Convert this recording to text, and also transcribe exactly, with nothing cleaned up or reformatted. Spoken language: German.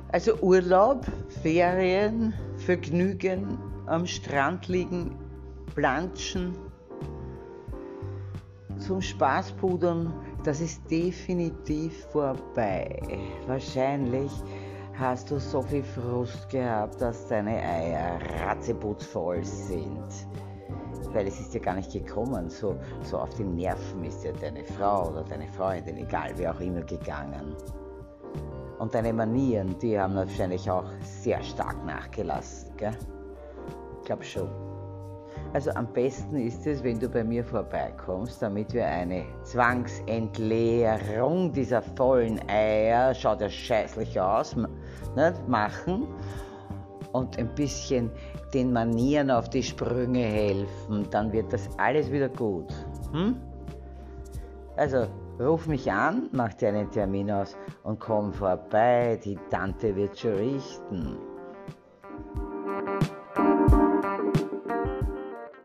Also Urlaub, Ferien, Vergnügen, am Strand liegen, planschen, zum Spaßpudern, das ist definitiv vorbei. Wahrscheinlich hast du so viel Frust gehabt, dass deine Eier ratzeputzvoll sind. Weil es ist ja gar nicht gekommen, so, so auf die Nerven ist ja deine Frau oder deine Freundin, egal wie auch immer, gegangen. Und deine Manieren, die haben wahrscheinlich auch sehr stark nachgelassen, gell? Ich glaube schon. Also am besten ist es, wenn du bei mir vorbeikommst, damit wir eine Zwangsentleerung dieser vollen Eier, schaut ja scheißlich aus, nicht, machen und ein bisschen den Manieren auf die Sprünge helfen, dann wird das alles wieder gut. Hm? Also ruf mich an, mach dir einen Termin aus und komm vorbei, die Tante wird schon richten.